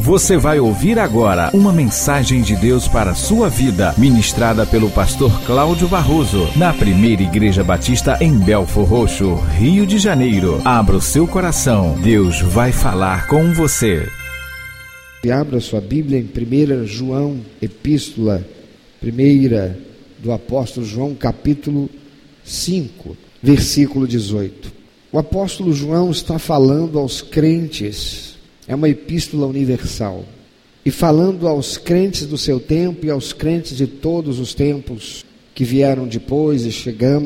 Você vai ouvir agora uma mensagem de Deus para a sua vida, ministrada pelo pastor Cláudio Barroso, na Primeira Igreja Batista em Belfor Roxo, Rio de Janeiro. Abra o seu coração, Deus vai falar com você. E abra sua Bíblia em 1 João, epístola primeira do apóstolo João, capítulo 5, versículo 18. O apóstolo João está falando aos crentes, é uma epístola universal, e falando aos crentes do seu tempo e aos crentes de todos os tempos que vieram depois, e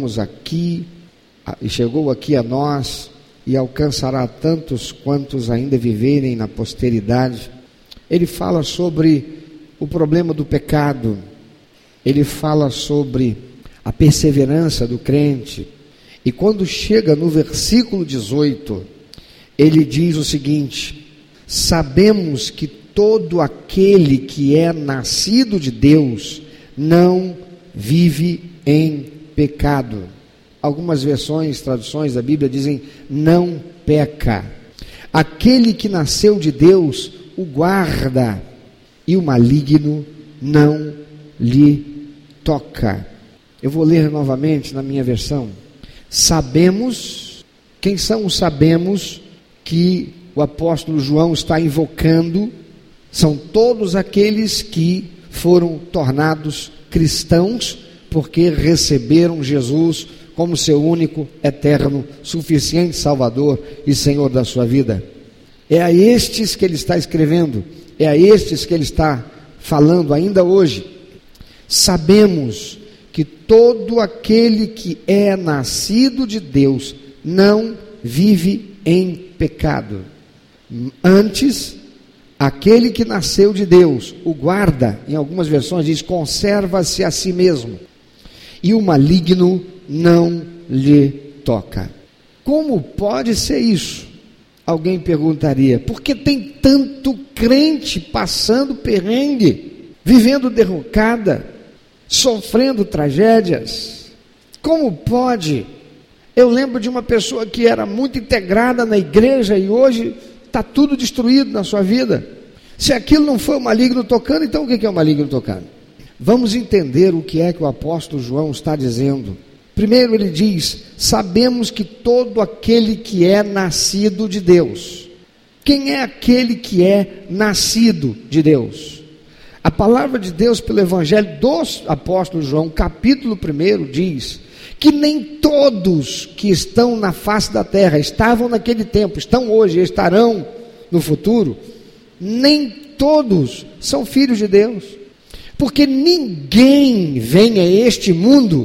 chegou aqui a nós, e alcançará tantos quantos ainda viverem na posteridade. Ele fala sobre o problema do pecado, ele fala sobre a perseverança do crente, e quando chega no versículo 18, ele diz o seguinte: sabemos que todo aquele que é nascido de Deus não vive em pecado. Algumas versões, traduções da Bíblia dizem não peca. Aquele que nasceu de Deus o guarda, e o maligno não lhe toca. Eu vou ler novamente na minha versão. Sabemos, quem são os sabemos que o apóstolo João está invocando? São todos aqueles que foram tornados cristãos porque receberam Jesus como seu único, eterno, suficiente Salvador e Senhor da sua vida. É a estes que ele está escrevendo, é a estes que ele está falando ainda hoje. Sabemos que todo aquele que é nascido de Deus não vive em pecado. Antes, aquele que nasceu de Deus o guarda, em algumas versões diz, conserva-se a si mesmo, e o maligno não lhe toca. Como pode ser isso? Alguém perguntaria, por que tem tanto crente passando perrengue, vivendo derrocada, sofrendo tragédias? Como pode? Eu lembro de uma pessoa que era muito integrada na igreja e hoje está tudo destruído na sua vida. Se aquilo não foi o maligno tocando, então o que é o maligno tocando? Vamos entender o que é que o apóstolo João está dizendo. Primeiro ele diz, sabemos que todo aquele que é nascido de Deus. Quem é aquele que é nascido de Deus? A palavra de Deus pelo evangelho do apóstolo João, capítulo 1, diz que nem todos que estão na face da terra, estavam naquele tempo, estão hoje, estarão no futuro, nem todos são filhos de Deus, porque ninguém vem a este mundo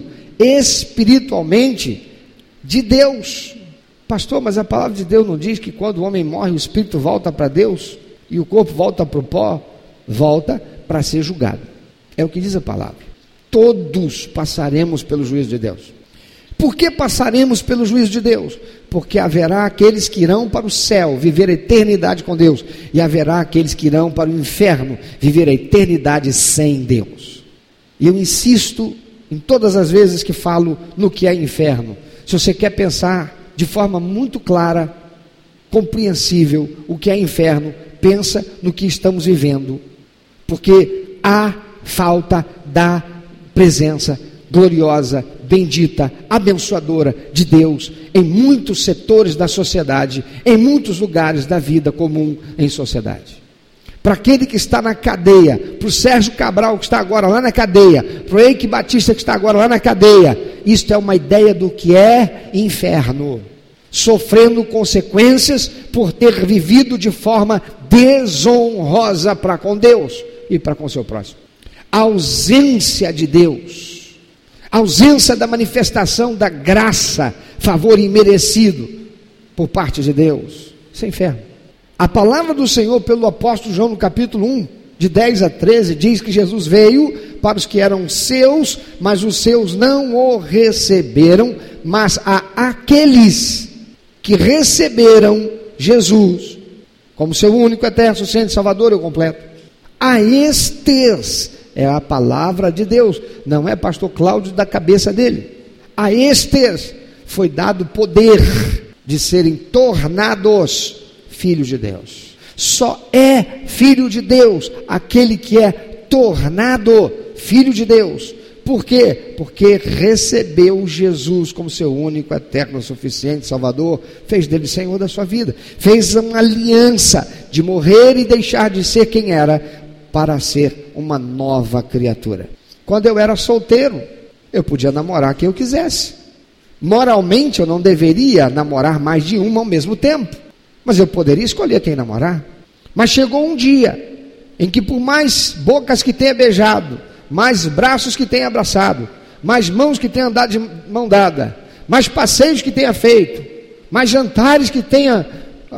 espiritualmente de Deus. Pastor, mas a palavra de Deus não diz que quando o homem morre, o espírito volta para Deus e o corpo volta para o pó? Volta para ser julgado. É o que diz a palavra. Todos passaremos pelo juízo de Deus. Por que passaremos pelo juízo de Deus? Porque haverá aqueles que irão para o céu, viver a eternidade com Deus, e haverá aqueles que irão para o inferno, viver a eternidade sem Deus. E eu insisto em todas as vezes que falo no que é inferno. Se você quer pensar de forma muito clara, compreensível, o que é inferno, pensa no que estamos vivendo, porque há falta da presença gloriosa, bendita, abençoadora de Deus em muitos setores da sociedade, em muitos lugares da vida comum em sociedade. Para aquele que está na cadeia, para o Sérgio Cabral que está agora lá na cadeia, para o Eike Batista que está agora lá na cadeia, isto é uma ideia do que é inferno, sofrendo consequências por ter vivido de forma desonrosa para com Deus e para com seu próximo. A ausência de Deus, a ausência da manifestação da graça, favor imerecido por parte de Deus, isso é inferno. A palavra do Senhor pelo apóstolo João no capítulo 1, de 10 a 13, diz que Jesus veio para os que eram seus, mas os seus não o receberam, mas a aqueles que receberam Jesus como seu único, eterno, suficiente Salvador e completo, a estes, é a palavra de Deus, não é pastor Cláudio da cabeça dele, a estes foi dado poder de serem tornados filhos de Deus. Só é filho de Deus aquele que é tornado filho de Deus. Por quê? Porque recebeu Jesus como seu único, eterno, suficiente Salvador, fez dele Senhor da sua vida, fez uma aliança de morrer e deixar de ser quem era, para ser uma nova criatura. Quando eu era solteiro, eu podia namorar quem eu quisesse. Moralmente eu não deveria namorar mais de uma ao mesmo tempo, mas eu poderia escolher quem namorar. Mas chegou um dia em que, por mais bocas que tenha beijado, mais braços que tenha abraçado, mais mãos que tenha andado de mão dada, mais passeios que tenha feito, mais jantares que tenha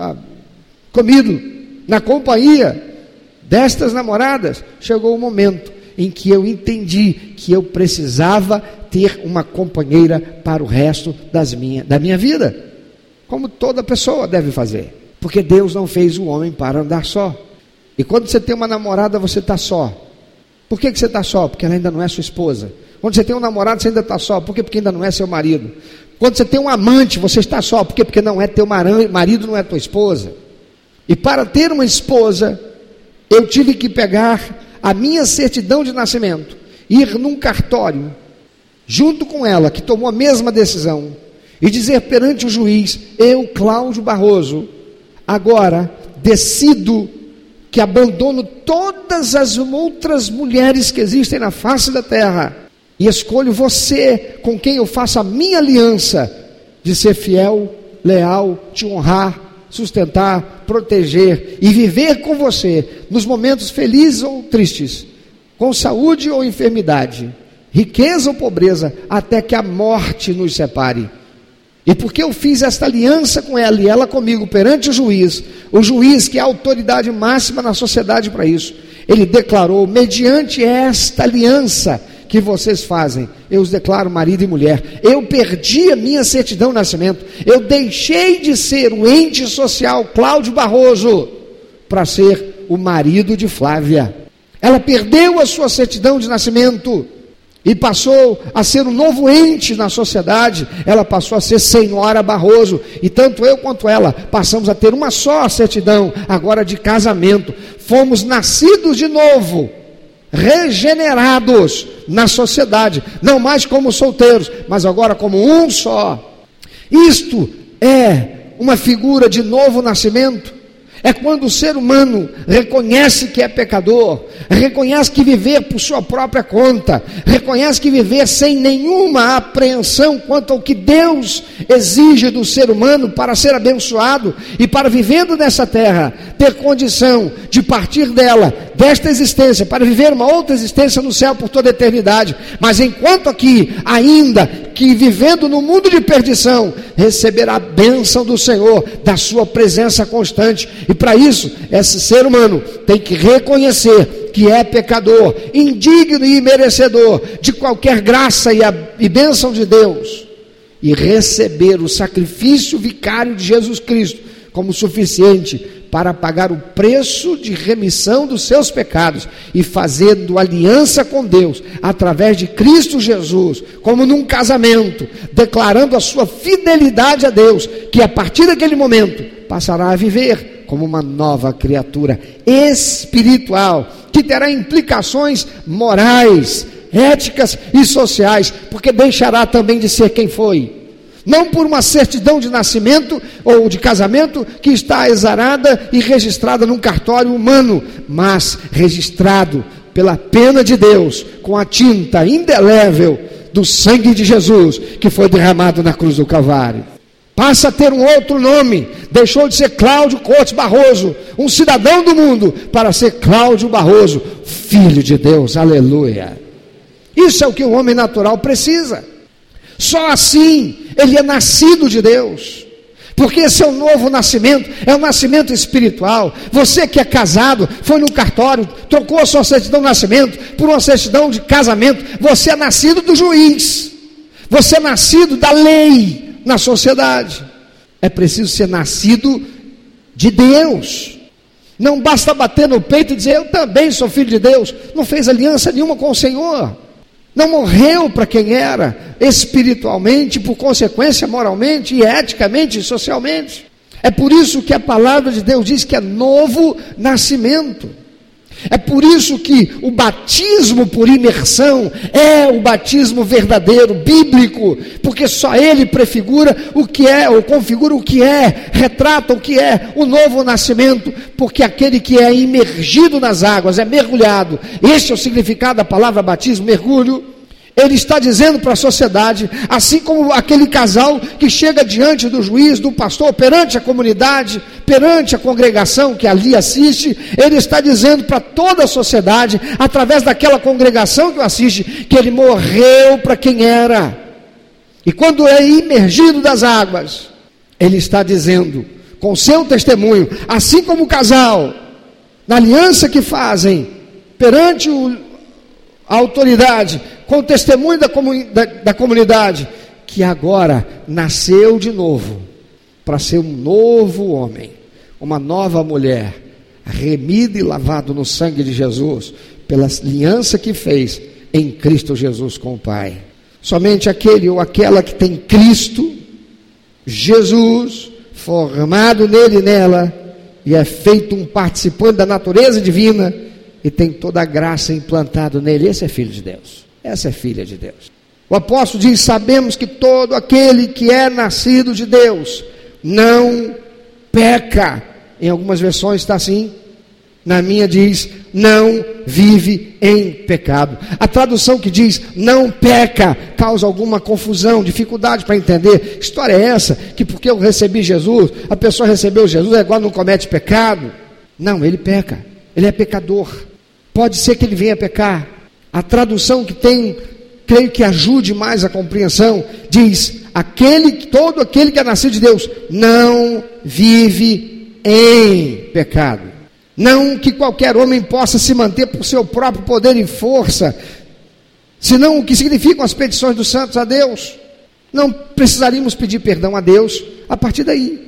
comido na companhia destas namoradas, chegou o momento em que eu entendi que eu precisava ter uma companheira para o resto da minha vida, como toda pessoa deve fazer, porque Deus não fez o homem para andar só. E quando você tem uma namorada, você está só. Por que você está só? Porque ela ainda não é sua esposa. Quando você tem um namorado, você ainda está só. Por quê? Porque ainda não é seu marido. Quando você tem um amante, você está só. Por quê? Porque não é teu marido, não é tua esposa. E para ter uma esposa, eu tive que pegar a minha certidão de nascimento, ir num cartório, junto com ela, que tomou a mesma decisão, e dizer perante o juiz: eu, Cláudio Barroso, agora decido que abandono todas as outras mulheres que existem na face da terra, e escolho você, com quem eu faço a minha aliança, de ser fiel, leal, te honrar, sustentar, proteger e viver com você, nos momentos felizes ou tristes, com saúde ou enfermidade, riqueza ou pobreza, até que a morte nos separe. E porque eu fiz esta aliança com ela e ela comigo perante o juiz que é a autoridade máxima na sociedade para isso, ele declarou: mediante esta aliança que vocês fazem, eu os declaro marido e mulher. Eu perdi a minha certidão de nascimento, eu deixei de ser o ente social Cláudio Barroso para ser o marido de Flávia. Ela perdeu a sua certidão de nascimento e passou a ser um novo ente na sociedade. Ela passou a ser Senhora Barroso, e tanto eu quanto ela passamos a ter uma só certidão, agora de casamento. Fomos nascidos de novo, regenerados na sociedade, não mais como solteiros, mas agora como um só. Isto é uma figura de novo nascimento. É quando o ser humano reconhece que é pecador, reconhece que viver por sua própria conta, reconhece que viver sem nenhuma apreensão quanto ao que Deus exige do ser humano para ser abençoado e para, vivendo nessa terra, ter condição de partir dela, desta existência, para viver uma outra existência no céu por toda a eternidade. Mas enquanto aqui, ainda que vivendo no mundo de perdição, receberá a bênção do Senhor, da sua presença constante. E para isso, esse ser humano tem que reconhecer que é pecador, indigno e merecedor de qualquer graça e bênção de Deus, e receber o sacrifício vicário de Jesus Cristo como suficiente para pagar o preço de remissão dos seus pecados, e fazendo aliança com Deus através de Cristo Jesus, como num casamento, declarando a sua fidelidade a Deus, que a partir daquele momento passará a viver como uma nova criatura espiritual, que terá implicações morais, éticas e sociais, porque deixará também de ser quem foi, não por uma certidão de nascimento ou de casamento que está exarada e registrada num cartório humano, mas registrado pela pena de Deus, com a tinta indelével do sangue de Jesus, que foi derramado na cruz do Calvário. Passa a ter um outro nome, deixou de ser Cláudio Cortes Barroso, um cidadão do mundo, para ser Cláudio Barroso, filho de Deus, aleluia. Isso é o que o homem natural precisa. Só assim ele é nascido de Deus, porque esse é um novo nascimento, é um nascimento espiritual. Você que é casado, foi no cartório, trocou a sua certidão de nascimento por uma certidão de casamento, você é nascido do juiz, você é nascido da lei na sociedade. É preciso ser nascido de Deus. Não basta bater no peito e dizer: eu também sou filho de Deus. Não fez aliança nenhuma com o Senhor, não morreu para quem era, espiritualmente, por consequência, moralmente, e eticamente e socialmente. É por isso que a palavra de Deus diz que é novo nascimento. É por isso que o batismo por imersão é o batismo verdadeiro, bíblico, porque só ele prefigura o que é, ou configura o que é, retrata o que é o novo nascimento, porque aquele que é imergido nas águas, é mergulhado. Este é o significado da palavra batismo, mergulho. Ele está dizendo para a sociedade, assim como aquele casal que chega diante do juiz, do pastor, perante a comunidade, perante a congregação que ali assiste, ele está dizendo para toda a sociedade, através daquela congregação que o assiste, que ele morreu para quem era. E quando é imergido das águas, ele está dizendo, com seu testemunho, assim como o casal, na aliança que fazem perante a autoridade, com o testemunho da comunidade, que agora nasceu de novo, para ser um novo homem, uma nova mulher, remido e lavado no sangue de Jesus, pela aliança que fez em Cristo Jesus com o Pai. Somente aquele ou aquela que tem Cristo, Jesus, formado nele e nela, e é feito um participante da natureza divina, e tem toda a graça implantada nele. Esse é filho de Deus, essa é filha de Deus. O apóstolo diz, sabemos que todo aquele que é nascido de Deus não peca. Em algumas versões está assim, na minha diz, não vive em pecado. A tradução que diz, não peca, causa alguma confusão, dificuldade para entender. Que história é essa? Que porque eu recebi Jesus, a pessoa recebeu Jesus, agora não comete pecado? Não, ele peca, ele é pecador. Pode ser que ele venha pecar. A tradução que tem, creio que ajude mais a compreensão, diz, todo aquele que é nascido de Deus, não vive em pecado. Não que qualquer homem possa se manter por seu próprio poder e força, senão o que significam as petições dos santos a Deus. Não precisaríamos pedir perdão a Deus a partir daí.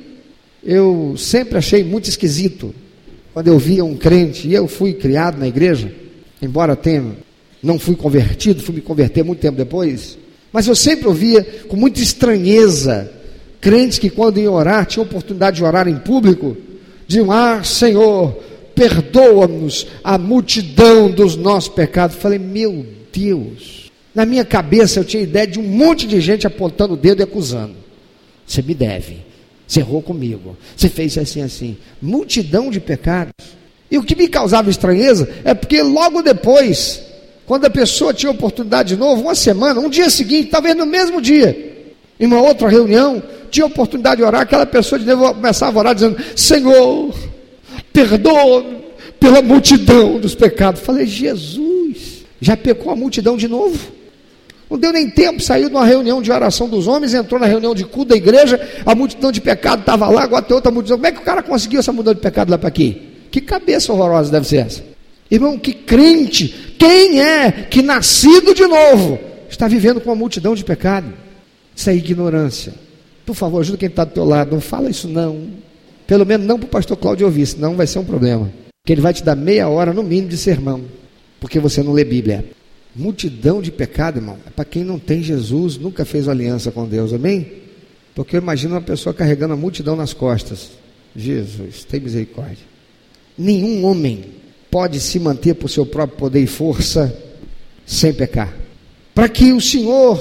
Eu sempre achei muito esquisito quando eu via um crente, e eu fui criado na igreja, embora não fui convertido, fui me converter muito tempo depois, mas eu sempre ouvia com muita estranheza, crentes que quando iam orar, tinham oportunidade de orar em público, diziam, Senhor, perdoa-nos a multidão dos nossos pecados. Falei, meu Deus, na minha cabeça eu tinha ideia de um monte de gente apontando o dedo e acusando, você me deve, você errou comigo, você fez assim, multidão de pecados. E o que me causava estranheza é porque logo depois, quando a pessoa tinha oportunidade de novo, uma semana, um dia seguinte, talvez no mesmo dia, em uma outra reunião, tinha oportunidade de orar, aquela pessoa de novo começava a orar dizendo, Senhor, perdoa-me pela multidão dos pecados. Falei, Jesus, já pecou a multidão de novo? Não deu nem tempo, saiu de uma reunião de oração dos homens, entrou na reunião de culto da igreja, a multidão de pecado estava lá, agora tem outra multidão. Como é que o cara conseguiu essa multidão de pecado lá para aqui? Que cabeça horrorosa deve ser essa? Irmão, que crente, quem é que nascido de novo está vivendo com uma multidão de pecado? Isso é ignorância. Por favor, ajuda quem está do teu lado, não fala isso não. Pelo menos não para o pastor Cláudio ouvir, senão vai ser um problema. Porque ele vai te dar meia hora no mínimo de sermão, porque você não lê Bíblia. Multidão de pecado, irmão, é para quem não tem Jesus, nunca fez uma aliança com Deus, amém? Porque eu imagino uma pessoa carregando a multidão nas costas. Jesus, tem misericórdia. Nenhum homem pode se manter por seu próprio poder e força sem pecar. Para que o Senhor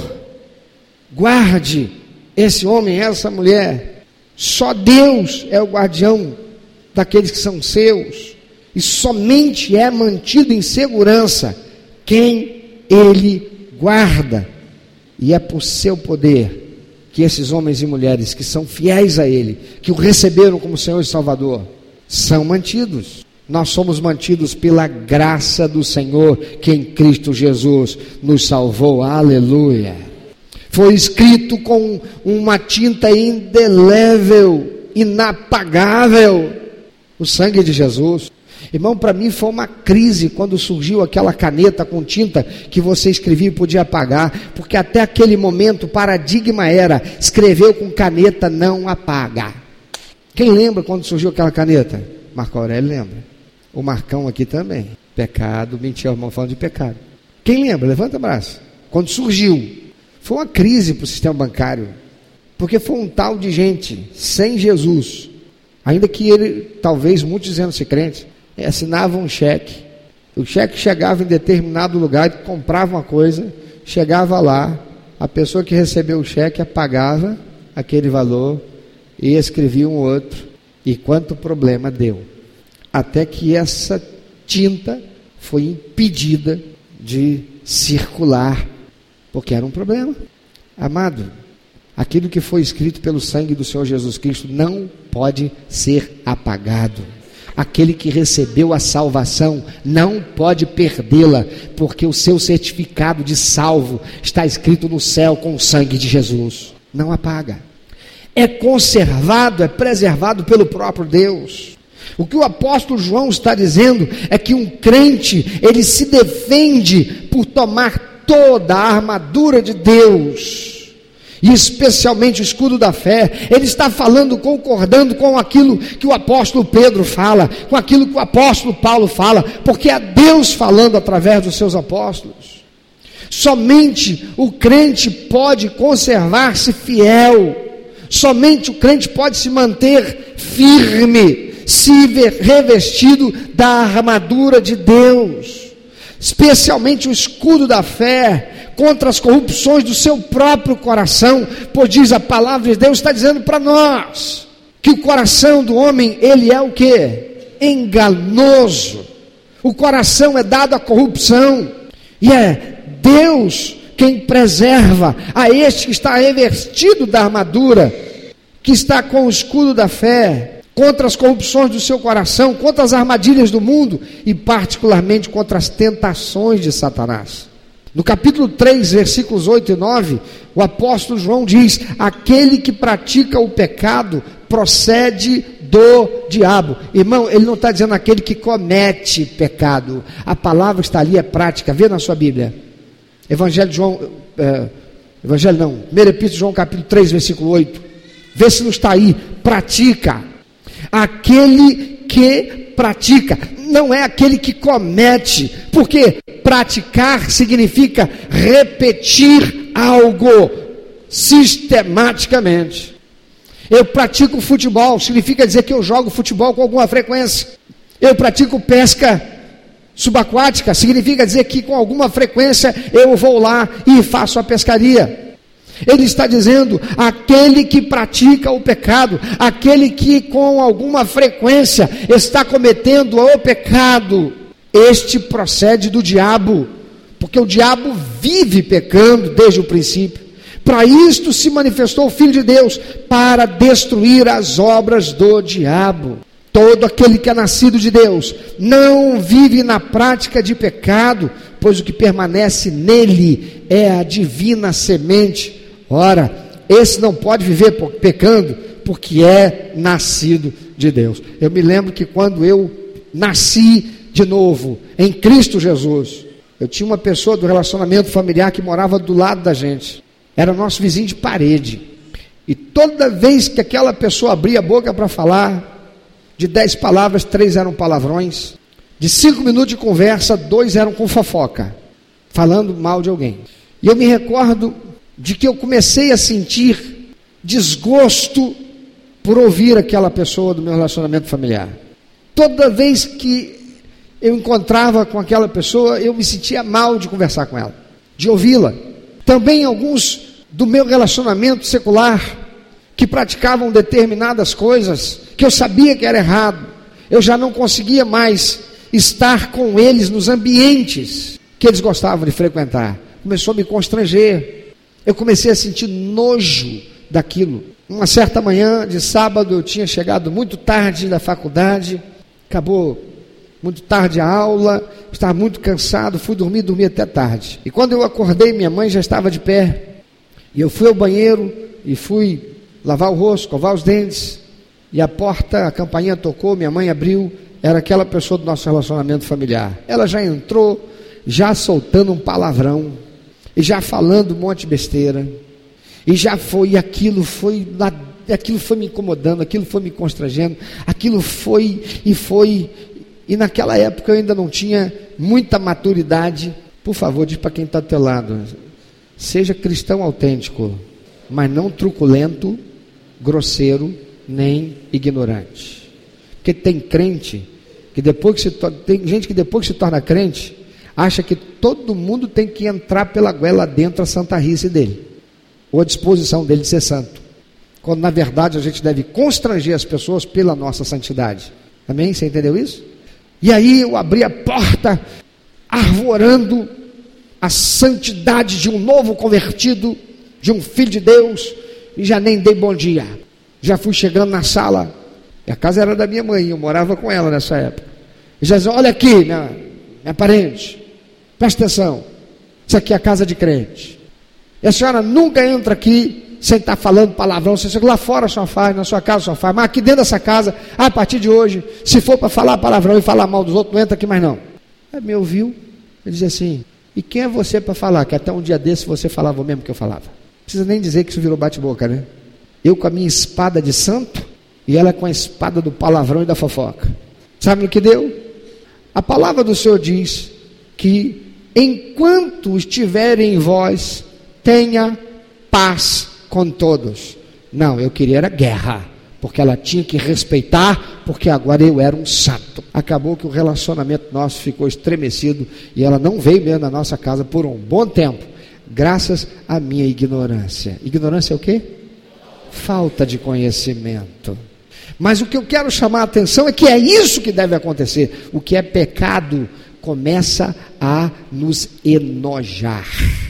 guarde esse homem, essa mulher, só Deus é o guardião daqueles que são seus, e somente é mantido em segurança quem Ele guarda, e é por seu poder que esses homens e mulheres que são fiéis a Ele, que o receberam como Senhor e Salvador, são mantidos. Nós somos mantidos pela graça do Senhor, que em Cristo Jesus nos salvou, aleluia. Foi escrito com uma tinta indelével, inapagável, o sangue de Jesus. Irmão, para mim foi uma crise quando surgiu aquela caneta com tinta que você escrevia e podia apagar, porque até aquele momento o paradigma era, escreveu com caneta, não apaga. Quem lembra quando surgiu aquela caneta? Marco Aurélio lembra. O Marcão aqui também. Pecado, mentira, irmão, falando de pecado. Quem lembra? Levanta o braço. Quando surgiu, foi uma crise para o sistema bancário, porque foi um tal de gente sem Jesus Ainda que ele, talvez muitos dizendo-se crente, assinava um cheque. O cheque chegava em determinado lugar, comprava uma coisa, chegava lá, a pessoa que recebeu o cheque apagava aquele valor e escrevia um outro. E quanto problema deu. Até que essa tinta foi impedida de circular, porque era um problema. Amado, aquilo que foi escrito pelo sangue do Senhor Jesus Cristo não pode ser apagado. Aquele que recebeu a salvação não pode perdê-la, porque o seu certificado de salvo está escrito no céu com o sangue de Jesus. Não apaga. É conservado, é preservado pelo próprio Deus. O que o apóstolo João está dizendo é que um crente, ele se defende por tomar toda a armadura de Deus, e especialmente o escudo da fé. Ele está falando, concordando com aquilo que o apóstolo Pedro fala, com aquilo que o apóstolo Paulo fala, porque é Deus falando através dos seus apóstolos. Somente o crente pode conservar-se fiel, somente o crente pode se manter firme, se revestido da armadura de Deus, especialmente o escudo da fé, contra as corrupções do seu próprio coração, pois diz a palavra de Deus, está dizendo para nós, que o coração do homem, ele é o quê? Enganoso. O coração é dado à corrupção, e é Deus quem preserva a este que está revestido da armadura, que está com o escudo da fé, contra as corrupções do seu coração, contra as armadilhas do mundo, e particularmente contra as tentações de Satanás. No capítulo 3, versículos 8 e 9, o apóstolo João diz: aquele que pratica o pecado procede do diabo. Irmão, ele não está dizendo aquele que comete pecado. A palavra está ali, é prática. Vê na sua Bíblia. Evangelho de João, 1 Epístola de João, capítulo 3, versículo 8. Vê se não está aí. Pratica. Aquele que pratica, não é aquele que comete, porque praticar significa repetir algo sistematicamente. Eu pratico futebol, significa dizer que eu jogo futebol com alguma frequência. Eu pratico pesca subaquática, significa dizer que com alguma frequência eu vou lá e faço a pescaria. Ele está dizendo, aquele que pratica o pecado, aquele que com alguma frequência está cometendo o pecado, este procede do diabo, porque o diabo vive pecando desde o princípio. Para isto se manifestou o Filho de Deus, para destruir as obras do diabo. Todo aquele que é nascido de Deus não vive na prática de pecado, pois o que permanece nele é a divina semente. Ora, esse não pode viver pecando, porque é nascido de Deus. Eu me lembro que quando eu nasci de novo, em Cristo Jesus, eu tinha uma pessoa do relacionamento familiar que morava do lado da gente, era nosso vizinho de parede, e toda vez que aquela pessoa abria a boca para falar, de 10 palavras, 3 eram palavrões, de 5 minutos de conversa, 2 eram com fofoca, falando mal de alguém. E eu me recordo de que eu comecei a sentir desgosto por ouvir aquela pessoa do meu relacionamento familiar. Toda vez que eu encontrava com aquela pessoa, eu me sentia mal de conversar com ela, de ouvi-la. Também alguns do meu relacionamento secular, que praticavam determinadas coisas, que eu sabia que era errado, eu já não conseguia mais estar com eles nos ambientes que eles gostavam de frequentar. Começou a me constranger. Eu comecei a sentir nojo daquilo. Uma certa manhã de sábado, eu tinha chegado muito tarde da faculdade, acabou muito tarde a aula, estava muito cansado, fui dormir até tarde. E quando eu acordei, minha mãe já estava de pé, e eu fui ao banheiro, e fui lavar o rosto, escovar os dentes, e a porta, a campainha tocou, minha mãe abriu, era aquela pessoa do nosso relacionamento familiar. Ela já entrou, já soltando um palavrão, e já falando um monte de besteira, e já foi, e aquilo foi me incomodando, aquilo foi me constrangendo, aquilo foi, e naquela época eu ainda não tinha muita maturidade. Por favor, diz para quem está do teu lado, seja cristão autêntico, mas não truculento, grosseiro, nem ignorante. Porque tem crente que tem gente que depois que se torna crente, acha que todo mundo tem que entrar pela goela dentro a santarrice dele, ou a disposição dele de ser santo, quando na verdade a gente deve constranger as pessoas pela nossa santidade. Amém? Você entendeu isso? E aí eu abri a porta, arvorando a santidade de um novo convertido, de um filho de Deus, e já nem dei bom dia. Já fui chegando na sala, e a casa era da minha mãe, eu morava com ela nessa época. E já disse: olha aqui, minha parente, presta atenção, isso aqui é a casa de crente. E a senhora nunca entra aqui sem estar falando palavrão. Você lá fora só faz, na sua casa só faz, mas aqui dentro dessa casa, a partir de hoje, se for para falar palavrão e falar mal dos outros, não entra aqui mais não. Aí me ouviu, ele dizia assim: e quem é você para falar? Que até um dia desse você falava o mesmo que eu falava. Não precisa nem dizer que isso virou bate-boca, né? Eu com a minha espada de santo e ela com a espada do palavrão e da fofoca. Sabe no que deu? A palavra do Senhor diz que enquanto estiverem em vós, tenha paz com todos. Não, eu queria era guerra, porque ela tinha que respeitar, porque agora eu era um santo. Acabou que o relacionamento nosso ficou estremecido e ela não veio mesmo na nossa casa por um bom tempo, graças à minha ignorância. Ignorância é o quê? Falta de conhecimento. Mas o que eu quero chamar a atenção é que é isso que deve acontecer. O que é pecado começa a nos enojar.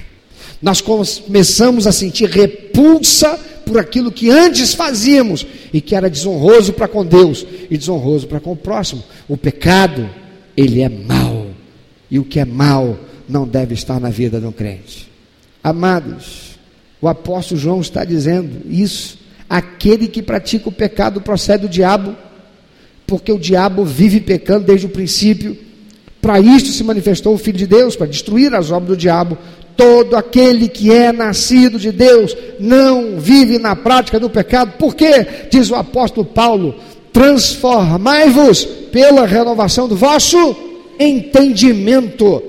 Nós começamos a sentir repulsa por aquilo que antes fazíamos e que era desonroso para com Deus e desonroso para com o próximo. O pecado, ele é mau, e o que é mau não deve estar na vida de um crente. Amados, o apóstolo João está dizendo isso: aquele que pratica o pecado procede do diabo, porque o diabo vive pecando desde o princípio. Para isto se manifestou o Filho de Deus, para destruir as obras do diabo. Todo aquele que é nascido de Deus não vive na prática do pecado. Por quê? Diz o apóstolo Paulo: transformai-vos pela renovação do vosso entendimento.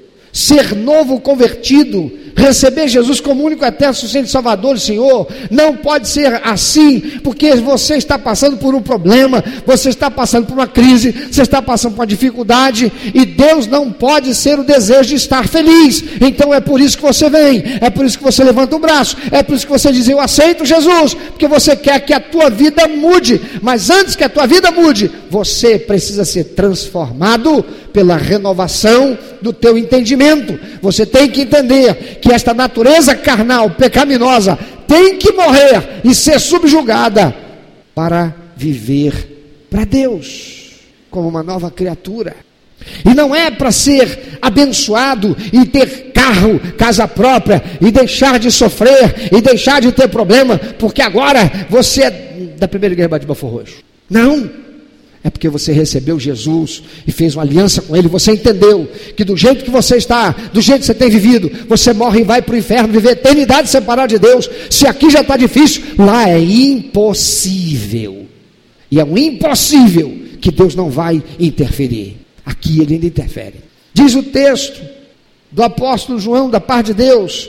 Ser novo convertido, receber Jesus como único eterno suficiente Salvador e Senhor, não pode ser assim, porque você está passando por um problema, você está passando por uma crise, você está passando por uma dificuldade, e Deus não pode ser o desejo de estar feliz. Então é por isso que você vem, é por isso que você levanta o braço, é por isso que você diz: eu aceito Jesus, porque você quer que a tua vida mude. Mas antes que a tua vida mude, você precisa ser transformado pela renovação do teu entendimento. Você tem que entender que esta natureza carnal, pecaminosa, tem que morrer e ser subjugada para viver para Deus, como uma nova criatura. E não é para ser abençoado e ter carro, casa própria, e deixar de sofrer, e deixar de ter problema, porque agora você é da primeira igreja Batista Belfor Roxo. Não! É porque você recebeu Jesus e fez uma aliança com Ele. Você entendeu que do jeito que você está, do jeito que você tem vivido, você morre e vai para o inferno, viver eternidade separado de Deus. Se aqui já está difícil, lá é impossível. E é um impossível que Deus não vai interferir. Aqui Ele ainda interfere. Diz o texto do apóstolo João, da parte de Deus: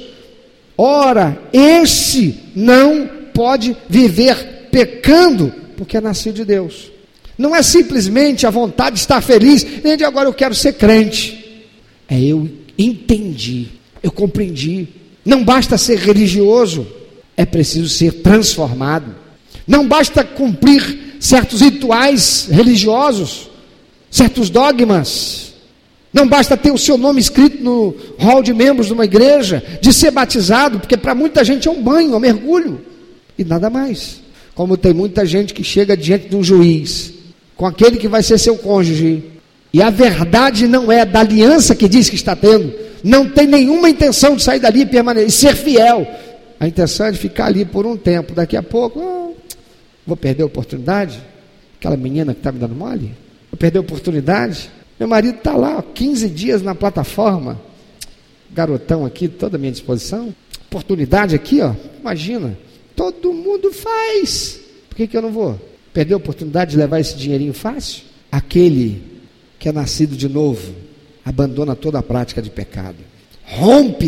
ora, esse não pode viver pecando, porque é nascido de Deus. Não é simplesmente a vontade de estar feliz, nem de agora eu quero ser crente. É eu entendi, eu compreendi. Não basta ser religioso, é preciso ser transformado. Não basta cumprir certos rituais religiosos, certos dogmas. Não basta ter o seu nome escrito no hall de membros de uma igreja, de ser batizado, porque para muita gente é um banho, é um mergulho, e nada mais. Como tem muita gente que chega diante de um juiz, com aquele que vai ser seu cônjuge, e a verdade não é da aliança que diz que está tendo, não tem nenhuma intenção de sair dali e permanecer, e ser fiel. A intenção é de ficar ali por um tempo. Daqui a pouco, vou perder a oportunidade? Aquela menina que está me dando mole? Vou perder a oportunidade? Meu marido está lá, 15 dias na plataforma, garotão aqui, toda à minha disposição, oportunidade aqui, imagina, todo mundo faz, por que eu não vou? Perder a oportunidade de levar esse dinheirinho fácil? Aquele que é nascido de novo abandona toda a prática de pecado, rompe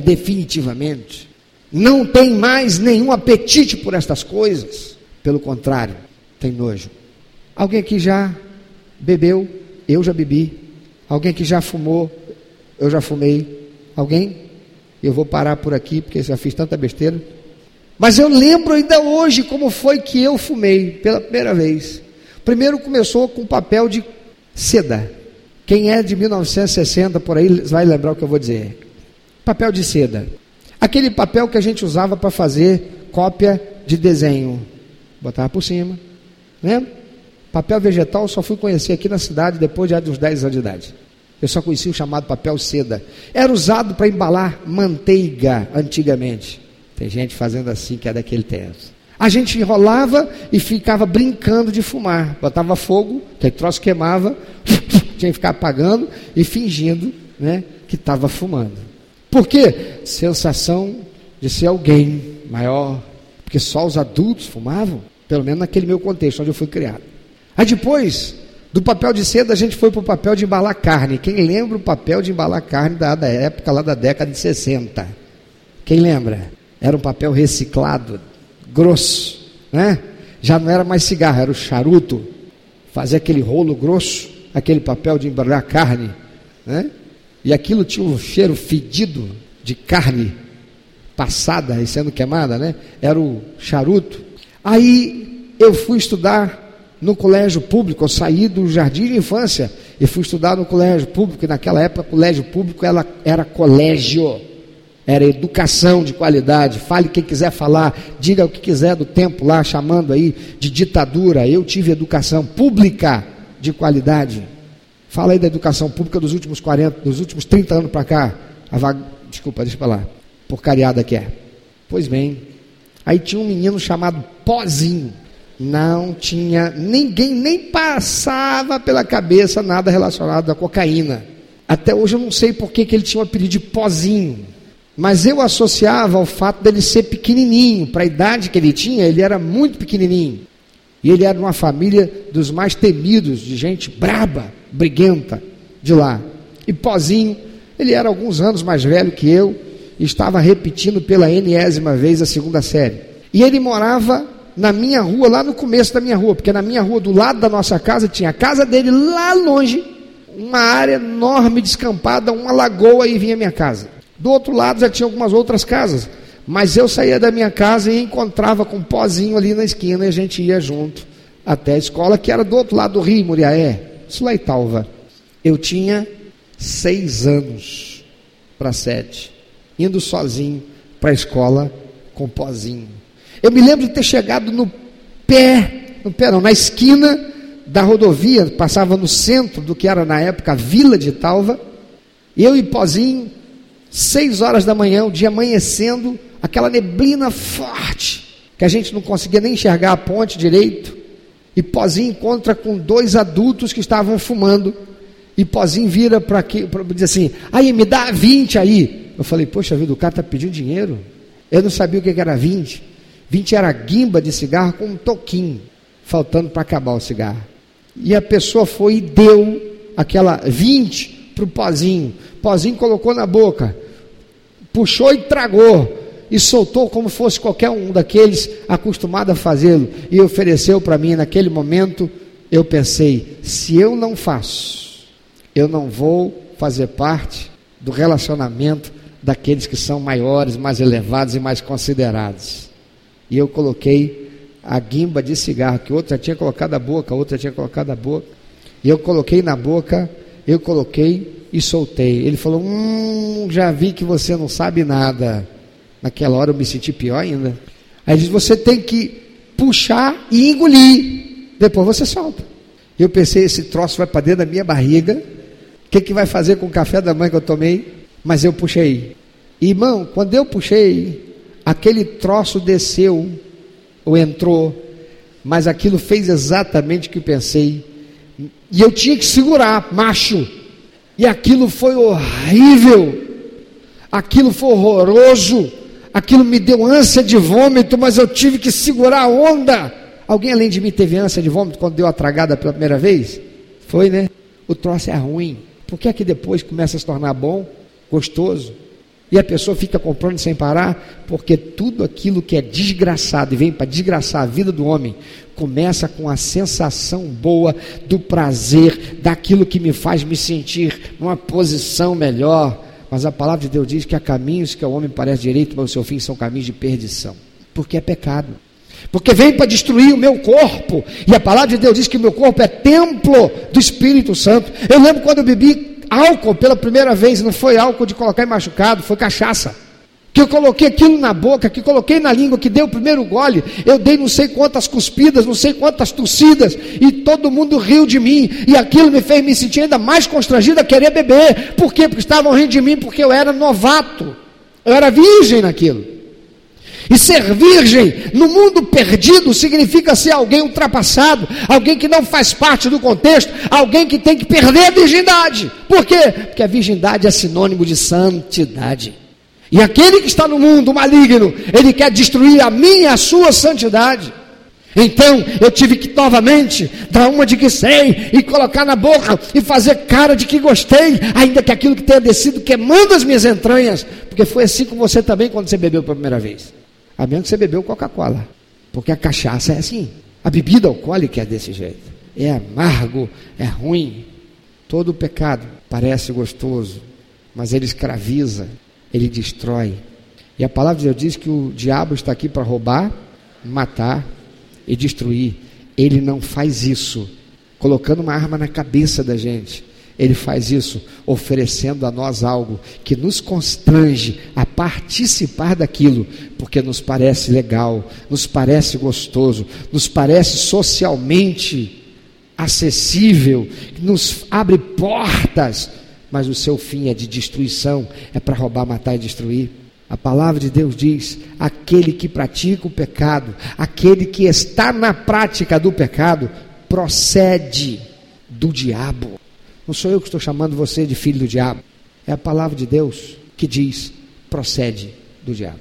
definitivamente, não tem mais nenhum apetite por estas coisas. Pelo contrário, Tem nojo. Alguém aqui já bebeu? Eu já bebi. Alguém que já fumou? Eu já fumei. Alguém? Eu vou parar por aqui, porque já fiz tanta besteira. Mas eu lembro ainda hoje como foi que eu fumei pela primeira vez. Primeiro começou com papel de seda. Quem é de 1960 por aí vai lembrar o que eu vou dizer. Papel de seda. Aquele papel que a gente usava para fazer cópia de desenho. Botava por cima. Lembra? Papel vegetal eu só fui conhecer aqui na cidade depois de uns 10 anos de idade. Eu só conheci o chamado papel seda. Era usado para embalar manteiga antigamente. Tem gente fazendo assim que é daquele tempo. A gente enrolava e ficava brincando de fumar. Botava fogo, aquele troço queimava, tinha que ficar apagando e fingindo, né, que estava fumando. Por quê? Sensação de ser alguém maior. Porque só os adultos fumavam, pelo menos naquele meu contexto onde eu fui criado. Aí depois do papel de seda a gente foi para o papel de embalar carne. Quem lembra o papel de embalar carne da época lá da década de 60? Quem lembra? Era um papel reciclado, grosso, né? Já não era mais cigarro, era o charuto. Fazia aquele rolo grosso, aquele papel de embalar carne, né? E aquilo tinha um cheiro fedido de carne passada e sendo queimada, né? Era o charuto. Aí eu fui estudar no colégio público. Eu saí do jardim de infância e fui estudar no colégio público. E naquela época, colégio público era colégio. Era educação de qualidade. Fale quem quiser falar, diga o que quiser do tempo lá, chamando aí de ditadura. Eu tive educação pública de qualidade. Fala aí da educação pública dos últimos 30 anos para cá. Desculpa, deixa para lá. Porcariada que é. Pois bem, aí tinha um menino chamado Pozinho. Não tinha, ninguém nem passava pela cabeça nada relacionado à cocaína. Até hoje eu não sei por que ele tinha o apelido de Pozinho. Mas eu associava ao fato dele ser pequenininho. Para a idade que ele tinha, ele era muito pequenininho. E ele era de uma família dos mais temidos, de gente braba, briguenta de lá. E Pozinho, ele era alguns anos mais velho que eu, e estava repetindo pela enésima vez a 2ª série. E ele morava na minha rua, lá no começo da minha rua, porque na minha rua, do lado da nossa casa, tinha a casa dele lá longe, uma área enorme descampada, uma lagoa, e vinha a minha casa. Do outro lado já tinha algumas outras casas, mas eu saía da minha casa e encontrava com um Pozinho ali na esquina, e a gente ia junto até a escola, que era do outro lado do rio, Muriaé, isso lá em Talva. Eu tinha 6 anos para 7, indo sozinho para a escola com Pozinho. Eu me lembro de ter chegado na esquina da rodovia, passava no centro do que era na época a Vila de Talva, eu e Pozinho, 6 horas da manhã, o dia amanhecendo, aquela neblina forte, que a gente não conseguia nem enxergar a ponte direito, e Pozinho encontra com 2 adultos que estavam fumando, e Pozinho vira para dizer assim, aí me dá 20 aí. Eu falei, poxa vida, o cara está pedindo dinheiro? Eu não sabia o que era 20. 20 era guimba de cigarro com um toquinho, faltando para acabar o cigarro. E a pessoa foi e deu aquela 20 para o Pozinho. Pozinho colocou na boca, puxou e tragou, e soltou como fosse qualquer um daqueles acostumado a fazê-lo, e ofereceu para mim. Naquele momento eu pensei, se eu não faço, eu não vou fazer parte do relacionamento daqueles que são maiores, mais elevados e mais considerados. E eu coloquei a guimba de cigarro, que outra tinha colocado a boca, e eu coloquei na boca, eu coloquei e soltei. Ele falou, já vi que você não sabe nada. Naquela hora eu me senti pior ainda. Aí ele disse, você tem que puxar e engolir, depois você solta. Eu pensei, esse troço vai para dentro da minha barriga, o que vai fazer com o café da manhã que eu tomei? Mas eu puxei. Irmão, quando eu puxei, aquele troço desceu ou entrou, mas aquilo fez exatamente o que eu pensei, e eu tinha que segurar, macho, e aquilo foi horrível, aquilo foi horroroso, aquilo me deu ânsia de vômito, mas eu tive que segurar a onda. Alguém além de mim teve ânsia de vômito quando deu a tragada pela primeira vez? Foi, né? O troço é ruim. Por que é que depois começa a se tornar bom, gostoso? E a pessoa fica comprando sem parar, porque tudo aquilo que é desgraçado e vem para desgraçar a vida do homem, começa com a sensação boa do prazer, daquilo que me faz me sentir numa posição melhor. Mas a palavra de Deus diz que há caminhos que ao homem parece direito, mas o seu fim são caminhos de perdição, porque é pecado, porque vem para destruir o meu corpo. E a palavra de Deus diz que o meu corpo é templo do Espírito Santo. Eu lembro quando eu bebi álcool pela primeira vez, não foi álcool de colocar em machucado, foi cachaça, que eu coloquei aquilo na boca, que coloquei na língua, que dei o primeiro gole, eu dei não sei quantas cuspidas, não sei quantas tossidas, e todo mundo riu de mim, e aquilo me fez me sentir ainda mais constrangido a querer beber. Por quê? Porque estavam rindo de mim, porque eu era novato, eu era virgem naquilo. E ser virgem no mundo perdido significa ser alguém ultrapassado, alguém que não faz parte do contexto, alguém que tem que perder a virgindade. Por quê? Porque a virgindade é sinônimo de santidade. E aquele que está no mundo maligno, ele quer destruir a minha e a sua santidade. Então eu tive que novamente dar uma de que sei, e colocar na boca, e fazer cara de que gostei, ainda que aquilo que tenha descido queimando as minhas entranhas, porque foi assim com você também quando você bebeu pela primeira vez. A menos que você bebeu Coca-Cola, porque a cachaça é assim, a bebida alcoólica é desse jeito, é amargo, é ruim. Todo pecado parece gostoso, mas ele escraviza, ele destrói. E a palavra de Deus diz que o diabo está aqui para roubar, matar e destruir. Ele não faz isso colocando uma arma na cabeça da gente. Ele faz isso oferecendo a nós algo que nos constrange a participar daquilo, porque nos parece legal, nos parece gostoso, nos parece socialmente acessível, nos abre portas, mas o seu fim é de destruição, é para roubar, matar e destruir. A palavra de Deus diz: aquele que pratica o pecado, aquele que está na prática do pecado, procede do diabo. Não sou eu que estou chamando você de filho do diabo, é a palavra de Deus que diz: procede do diabo.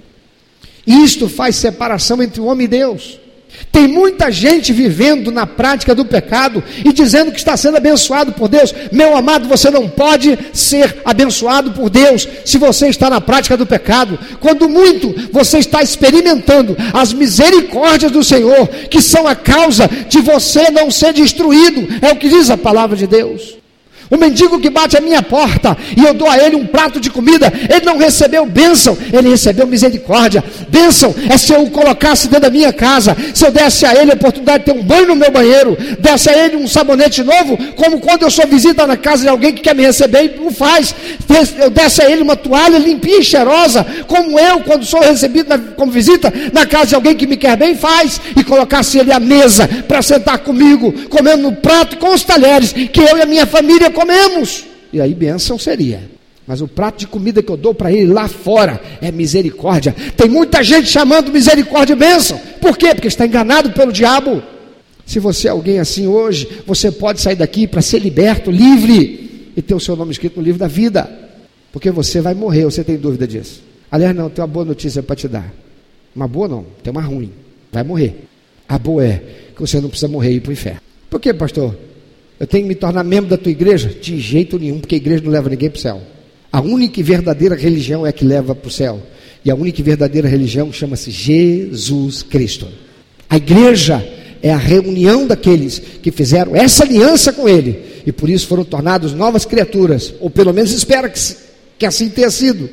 Isto faz separação entre o homem e Deus. Tem muita gente vivendo na prática do pecado e dizendo que está sendo abençoado por Deus. Meu amado, você não pode ser abençoado por Deus se você está na prática do pecado. Quando muito, você está experimentando as misericórdias do Senhor, que são a causa de você não ser destruído. É o que diz a palavra de Deus. O mendigo que bate à minha porta e eu dou a ele um prato de comida, ele não recebeu bênção, ele recebeu misericórdia. Bênção é se eu o colocasse dentro da minha casa, se eu desse a ele a oportunidade de ter um banho no meu banheiro, desse a ele um sabonete novo, como quando eu sou visita na casa de alguém que quer me receber e não faz. Eu desse a ele uma toalha limpinha e cheirosa, como eu, quando sou recebido como visita na casa de alguém que me quer bem, faz, e colocasse ele à mesa para sentar comigo, comendo no prato com os talheres que eu e a minha família comemos, e aí bênção seria. Mas o prato de comida que eu dou para ele lá fora é misericórdia. Tem muita gente chamando misericórdia bênção. Por quê? Porque está enganado pelo diabo. Se você é alguém assim hoje, você pode sair daqui para ser liberto, livre, e ter o seu nome escrito no livro da vida, porque você vai morrer. Você tem dúvida disso? Aliás, não, tem uma boa notícia para te dar. Uma boa não, tem uma ruim. Vai morrer. A boa é que você não precisa morrer e ir para o inferno. Por quê, pastor? Eu tenho que me tornar membro da tua igreja? De jeito nenhum, porque a igreja não leva ninguém para o céu. A única e verdadeira religião é que leva para o céu. E a única e verdadeira religião chama-se Jesus Cristo. A igreja é a reunião daqueles que fizeram essa aliança com Ele, e por isso foram tornados novas criaturas, ou pelo menos espera que assim tenha sido.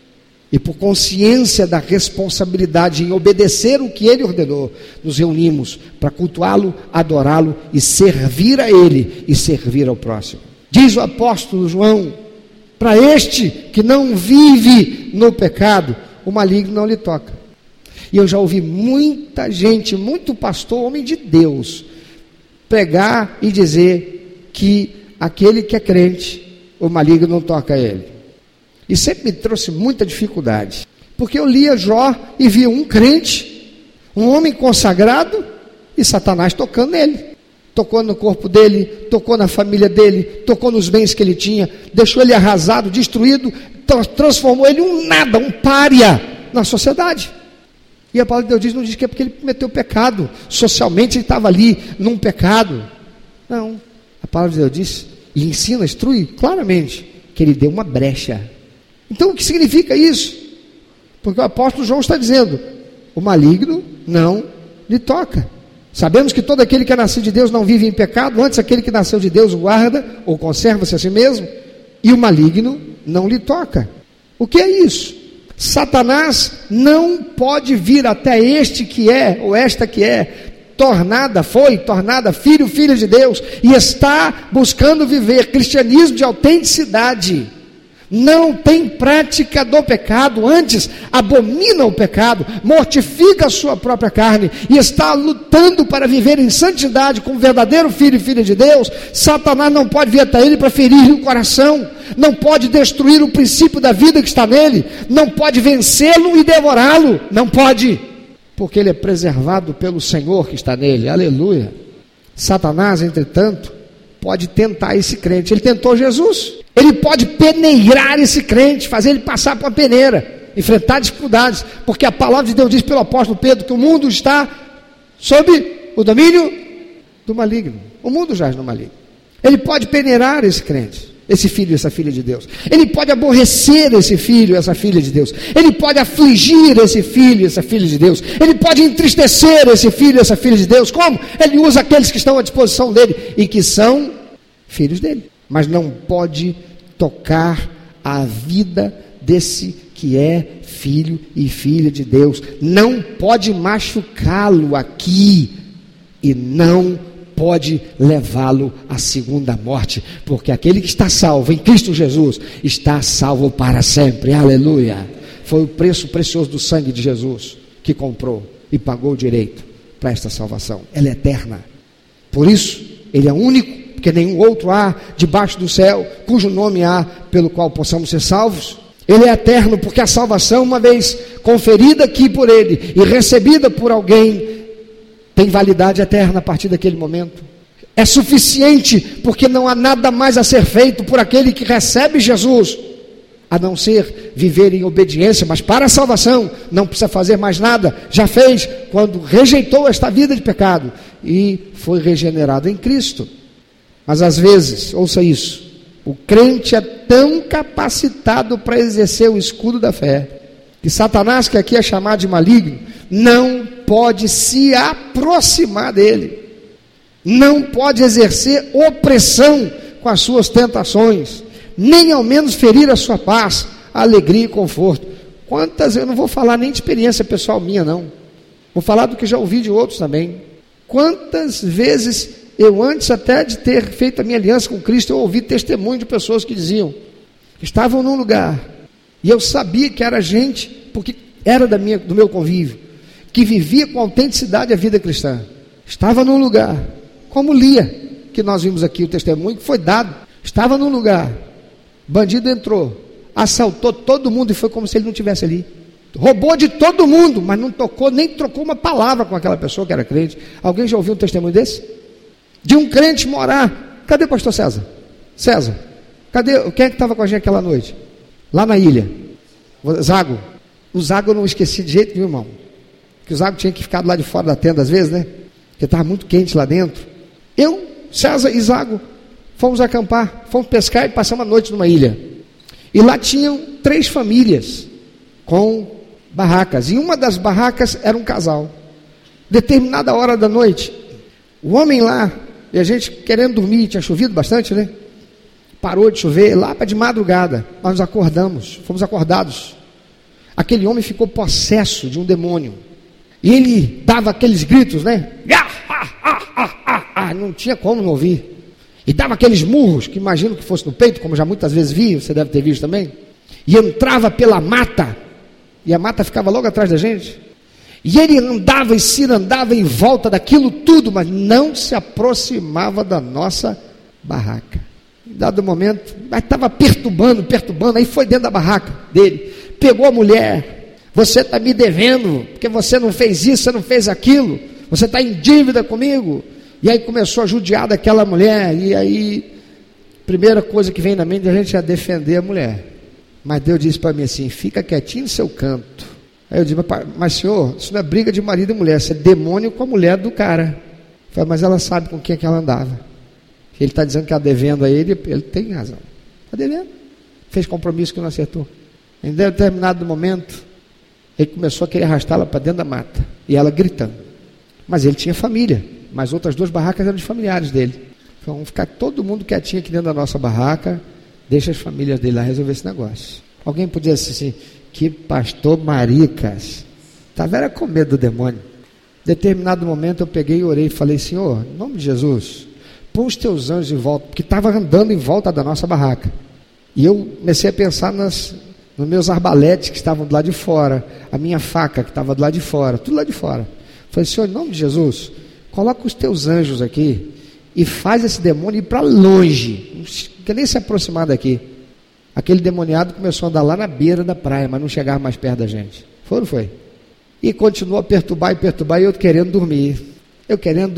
E por consciência da responsabilidade em obedecer o que Ele ordenou, nos reunimos para cultuá-lo, adorá-lo e servir a Ele e servir ao próximo. Diz o apóstolo João: para este que não vive no pecado, o maligno não lhe toca. E eu já ouvi muita gente, muito pastor, homem de Deus, pregar e dizer que aquele que é crente, o maligno não toca a ele. E sempre me trouxe muita dificuldade, porque eu lia Jó e via um crente, um homem consagrado, e Satanás tocando nele, tocou no corpo dele, tocou na família dele, tocou nos bens que ele tinha, deixou ele arrasado, destruído, transformou ele um nada, um pária na sociedade. E a palavra de Deus não diz que é porque ele cometeu pecado, socialmente ele estava ali num pecado. Não, a palavra de Deus diz e ensina, instrui claramente que ele deu uma brecha. Então o que significa isso? Porque o apóstolo João está dizendo: o maligno não lhe toca. Sabemos que todo aquele que é nascido de Deus não vive em pecado, antes aquele que nasceu de Deus o guarda, ou conserva-se a si mesmo, e o maligno não lhe toca. O que é isso? Satanás não pode vir até este que é, ou esta que é, tornada filho, filha de Deus, e está buscando viver cristianismo de autenticidade. Não tem prática do pecado, antes abomina o pecado, mortifica a sua própria carne e está lutando para viver em santidade como verdadeiro filho e filha de Deus. Satanás não pode vir até ele para ferir-lhe o coração, não pode destruir o princípio da vida que está nele, não pode vencê-lo e devorá-lo, não pode, porque ele é preservado pelo Senhor que está nele. Aleluia. Satanás, entretanto, pode tentar esse crente. Ele tentou Jesus. Ele pode peneirar esse crente, fazer ele passar por uma peneira, enfrentar dificuldades, porque a palavra de Deus diz pelo apóstolo Pedro que o mundo está sob o domínio do maligno. O mundo jaz no maligno. Ele pode peneirar esse crente, esse filho e essa filha de Deus. Ele pode aborrecer esse filho e essa filha de Deus. Ele pode afligir esse filho e essa filha de Deus. Ele pode entristecer esse filho e essa filha de Deus. Como? Ele usa aqueles que estão à disposição dele e que são filhos dele. Mas não pode tocar a vida desse que é filho e filha de Deus. Não pode machucá-lo aqui e não pode levá-lo à segunda morte, porque aquele que está salvo em Cristo Jesus está salvo para sempre. Aleluia. Foi o preço precioso do sangue de Jesus que comprou e pagou o direito para esta salvação. Ela é eterna. Por isso, ele é único, porque nenhum outro há debaixo do céu, cujo nome há pelo qual possamos ser salvos. Ele é eterno, porque a salvação, uma vez conferida aqui por ele e recebida por alguém, tem validade eterna a partir daquele momento. É suficiente, porque não há nada mais a ser feito por aquele que recebe Jesus, a não ser viver em obediência. Mas para a salvação não precisa fazer mais nada, já fez quando rejeitou esta vida de pecado e foi regenerado em Cristo. Mas às vezes, ouça isso, o crente é tão capacitado para exercer o escudo da fé, que Satanás, que aqui é chamado de maligno, não pode se aproximar dele, não pode exercer opressão com as suas tentações, nem ao menos ferir a sua paz, a alegria e conforto. Quantas, eu não vou falar nem de experiência pessoal minha não, vou falar do que já ouvi de outros também. Quantas vezes eu, antes até de ter feito a minha aliança com Cristo, eu ouvi testemunho de pessoas que diziam, estavam num lugar, e eu sabia que era gente, porque era do meu convívio, que vivia com autenticidade a vida cristã, estava num lugar, como Lia, que nós vimos aqui o testemunho que foi dado, estava num lugar, bandido entrou, assaltou todo mundo e foi como se ele não estivesse ali, roubou de todo mundo, mas não tocou, nem trocou uma palavra com aquela pessoa que era crente. Alguém já ouviu um testemunho desse? De um crente morar, cadê o pastor César? César, cadê, quem é que estava com a gente aquela noite? Lá na ilha, Zago. O Zago eu não esqueci de jeito nenhum, irmão, que o Zago tinha que ficar do lado de fora da tenda às vezes, né, porque estava muito quente lá dentro. Eu, César e Zago fomos acampar, fomos pescar e passamos a noite numa ilha, e lá tinham 3 famílias com barracas, e uma das barracas era um casal. Determinada hora da noite, o homem lá, e a gente querendo dormir, tinha chovido bastante, né? Parou de chover, lá para de madrugada, nós nos acordamos, fomos acordados. Aquele homem ficou possesso de um demônio, e ele dava aqueles gritos, né? Não tinha como não ouvir, e dava aqueles murros, que imagino que fosse no peito, como já muitas vezes vi, você deve ter visto também, e entrava pela mata, e a mata ficava logo atrás da gente, e ele andava e cirandava em volta daquilo tudo, mas não se aproximava da nossa barraca. Em dado momento, mas estava perturbando, aí foi dentro da barraca dele, pegou a mulher, você está me devendo, porque você não fez isso, você não fez aquilo, você está em dívida comigo, e aí começou a judiar daquela mulher, e aí, primeira coisa que vem na mente da gente é defender a mulher, mas Deus disse para mim assim, fica quietinho no seu canto. Aí eu disse, mas senhor, isso não é briga de marido e mulher, isso é demônio com a mulher do cara. Eu falei, mas ela sabe com quem é que ela andava. Ele está dizendo que está devendo a ele, ele tem razão. Está devendo. Fez compromisso que não acertou. Em determinado momento, ele começou a querer arrastá-la para dentro da mata, e ela gritando. Mas ele tinha família, mas outras 2 barracas eram de familiares dele. Então, vamos ficar todo mundo quietinho aqui dentro da nossa barraca, deixa as famílias dele lá resolver esse negócio. Alguém podia dizer assim, que pastor maricas, estava com medo do demônio. Em determinado momento eu peguei e orei e falei, Senhor, em nome de Jesus, põe os teus anjos em volta, porque estava andando em volta da nossa barraca. E eu comecei a pensar nos meus arbaletes que estavam do lado de fora, a minha faca que estava do lado de fora, tudo lá de fora. Falei, Senhor, em nome de Jesus, coloca os teus anjos aqui e faz esse demônio ir para longe, não quer nem se aproximar daqui. Aquele demoniado começou a andar lá na beira da praia, mas não chegava mais perto da gente. Foi ou não foi? E continuou a perturbar, e eu querendo dormir. Eu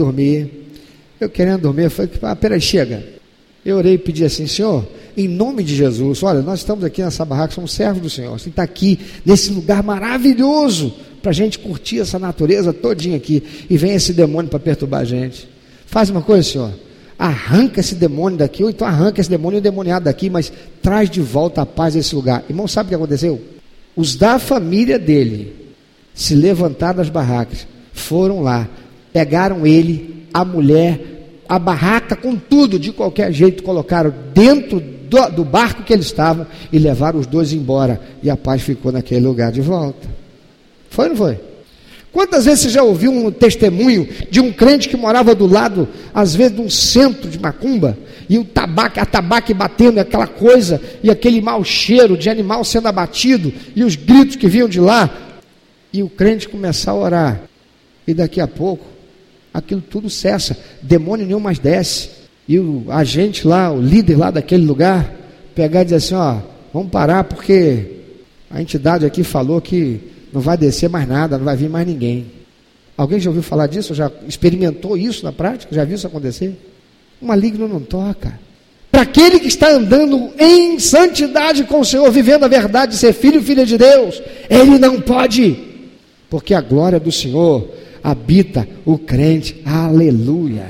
falei, peraí, chega. Eu orei e pedi assim, Senhor, em nome de Jesus, olha, nós estamos aqui nessa barraca, somos servos do Senhor. Você está aqui, nesse lugar maravilhoso, para a gente curtir essa natureza todinha aqui, e vem esse demônio para perturbar a gente. Faz uma coisa, Senhor, arranca esse demônio daqui, ou então arranca esse demônio endemoniado daqui, mas traz de volta a paz a esse lugar. Irmão, sabe o que aconteceu? Os da família dele se levantaram das barracas, foram lá, pegaram ele, a mulher, a barraca com tudo, de qualquer jeito, colocaram dentro do barco que eles estavam e levaram os 2 embora, e a paz ficou naquele lugar de volta. Foi ou não foi? Quantas vezes você já ouviu um testemunho de um crente que morava do lado, às vezes, de um centro de macumba, e o atabaque batendo, aquela coisa, e aquele mau cheiro de animal sendo abatido, e os gritos que vinham de lá, e o crente começar a orar, e daqui a pouco, aquilo tudo cessa, demônio nenhum mais desce, e o agente lá, o líder lá daquele lugar, pegar e dizer assim, vamos parar, porque a entidade aqui falou que não vai descer mais nada, não vai vir mais ninguém. Alguém já ouviu falar disso? Já experimentou isso na prática? Já viu isso acontecer? O maligno não toca. Para aquele que está andando em santidade com o Senhor, vivendo a verdade, ser filho e filha de Deus, ele não pode, porque a glória do Senhor habita o crente. Aleluia.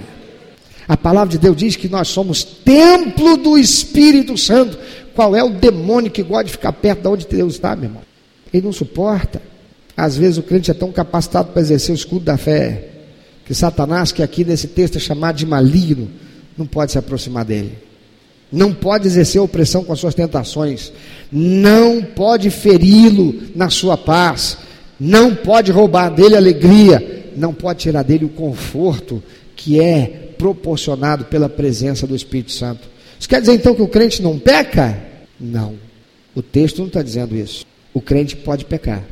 A palavra de Deus diz que nós somos templo do Espírito Santo. Qual é o demônio que gosta de ficar perto de onde Deus está, meu irmão? Ele não suporta. Às vezes o crente é tão capacitado para exercer o escudo da fé, que Satanás, que aqui nesse texto é chamado de maligno, não pode se aproximar dele. Não pode exercer opressão com as suas tentações. Não pode feri-lo na sua paz. Não pode roubar dele a alegria. Não pode tirar dele o conforto que é proporcionado pela presença do Espírito Santo. Isso quer dizer então que o crente não peca? Não. O texto não está dizendo isso. O crente pode pecar.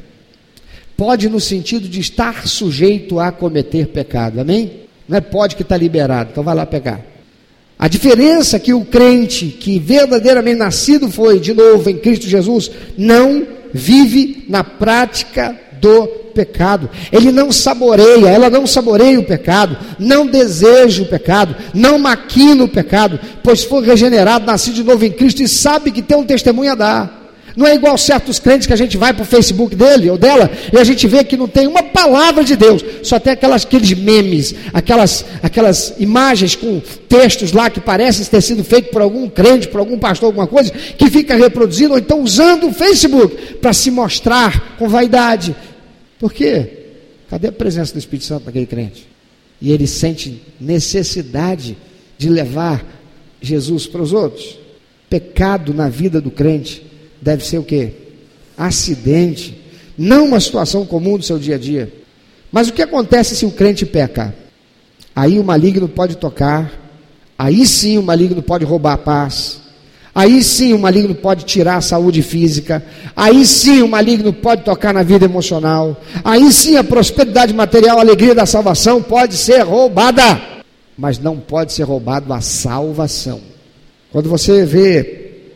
Pode no sentido de estar sujeito a cometer pecado, amém? Não é pode que está liberado, então vai lá pecar. A diferença é que o crente que verdadeiramente nascido foi de novo em Cristo Jesus, não vive na prática do pecado. Ele não saboreia, ela não saboreia o pecado, não deseja o pecado, não maquina o pecado, pois foi regenerado, nascido de novo em Cristo e sabe que tem um testemunho a dar. Não é igual certos crentes que a gente vai para o Facebook dele ou dela e a gente vê que não tem uma palavra de Deus, só tem aqueles memes, aquelas imagens com textos lá que parecem ter sido feitos por algum crente, por algum pastor, alguma coisa, que fica reproduzindo ou então usando o Facebook para se mostrar com vaidade. Por quê? Cadê a presença do Espírito Santo naquele crente? E ele sente necessidade de levar Jesus para os outros. Pecado na vida do crente deve ser o quê? Acidente, não uma situação comum do seu dia a dia. Mas o que acontece se o crente peca? Aí o maligno pode tocar, aí sim o maligno pode roubar a paz, aí sim o maligno pode tirar a saúde física, aí sim o maligno pode tocar na vida emocional, aí sim a prosperidade material, a alegria da salvação pode ser roubada, mas não pode ser roubado a salvação. Quando você vê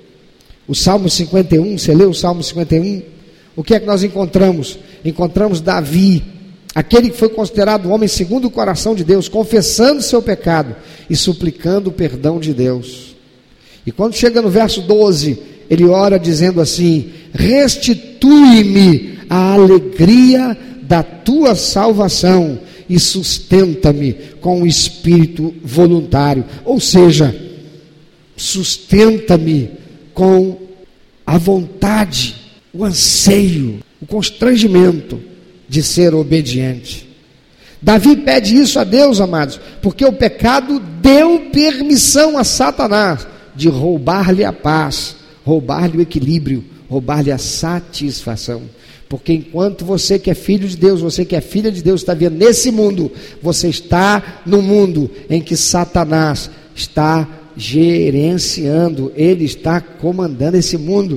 o Salmo 51, você lê o Salmo 51, o que é que nós encontramos? Encontramos Davi, aquele que foi considerado o homem segundo o coração de Deus, confessando seu pecado e suplicando o perdão de Deus. E quando chega no verso 12, ele ora dizendo assim: restitui-me a alegria da tua salvação e sustenta-me com o espírito voluntário. Ou seja, sustenta-me com a vontade o anseio, o constrangimento de ser obediente. Davi pede isso a Deus, amados, porque o pecado deu permissão a Satanás de roubar-lhe a paz, roubar-lhe o equilíbrio, roubar-lhe a satisfação. Porque enquanto você que é filho de Deus, você que é filha de Deus, está vendo nesse mundo, você está no mundo em que Satanás está gerenciando, ele está comandando esse mundo,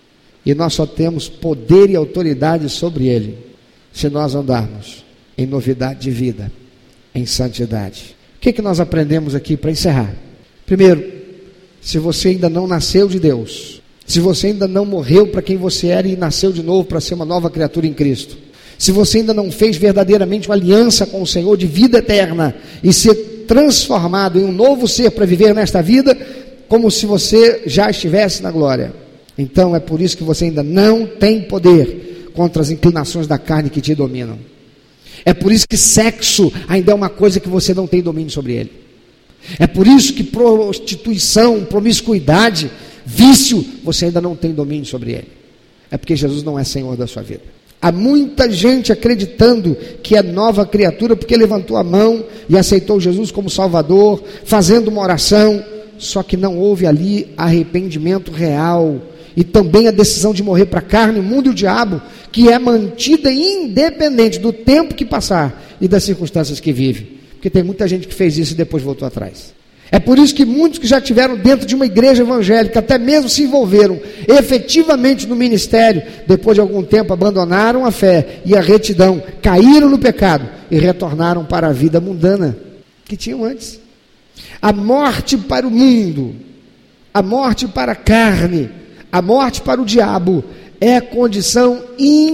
e nós só temos poder e autoridade sobre ele, se nós andarmos em novidade de vida, em santidade. O que nós aprendemos aqui para encerrar? Primeiro, se você ainda não nasceu de Deus, se você ainda não morreu para quem você era e nasceu de novo para ser uma nova criatura em Cristo, se você ainda não fez verdadeiramente uma aliança com o Senhor de vida eterna e ser transformado em um novo ser para viver nesta vida como se você já estivesse na glória, então é por isso que você ainda não tem poder contra as inclinações da carne que te dominam. É por isso que sexo ainda é uma coisa que você não tem domínio sobre ele. É por isso que prostituição, promiscuidade, vício, você ainda não tem domínio sobre ele. É porque Jesus não é Senhor da sua vida. Há muita gente acreditando que é nova criatura porque levantou a mão e aceitou Jesus como Salvador, fazendo uma oração, só que não houve ali arrependimento real, e também a decisão de morrer para a carne, o mundo e o diabo, que é mantida independente do tempo que passar e das circunstâncias que vive, porque tem muita gente que fez isso e depois voltou atrás. É por isso que muitos que já estiveram dentro de uma igreja evangélica, até mesmo se envolveram efetivamente no ministério, depois de algum tempo abandonaram a fé e a retidão, caíram no pecado e retornaram para a vida mundana que tinham antes. A morte para o mundo, a morte para a carne, a morte para o diabo é a condição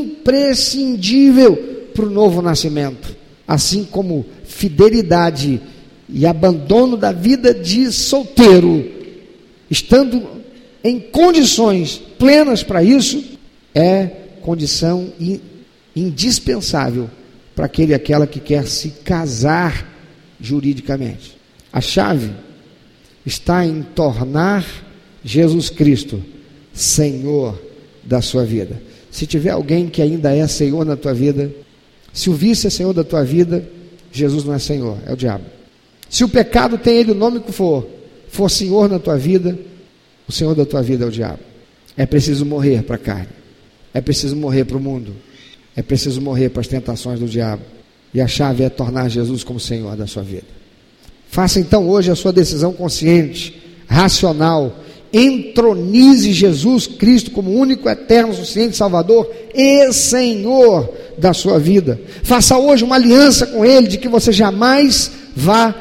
imprescindível para o novo nascimento, assim como fidelidade e abandono da vida de solteiro, estando em condições plenas para isso, é condição indispensável para aquele e aquela que quer se casar juridicamente. A chave está em tornar Jesus Cristo Senhor da sua vida. Se tiver alguém que ainda é Senhor na tua vida, se o vício é Senhor da tua vida, Jesus não é Senhor, é o diabo. Se o pecado tem ele o nome que for Senhor na tua vida, o Senhor da tua vida é o diabo. É preciso morrer para a carne, é preciso morrer para o mundo, é preciso morrer para as tentações do diabo, e a chave é tornar Jesus como Senhor da sua vida. Faça então hoje a sua decisão consciente, racional, entronize Jesus Cristo como único, eterno, suficiente Salvador e Senhor da sua vida. Faça hoje uma aliança com Ele, de que você jamais vá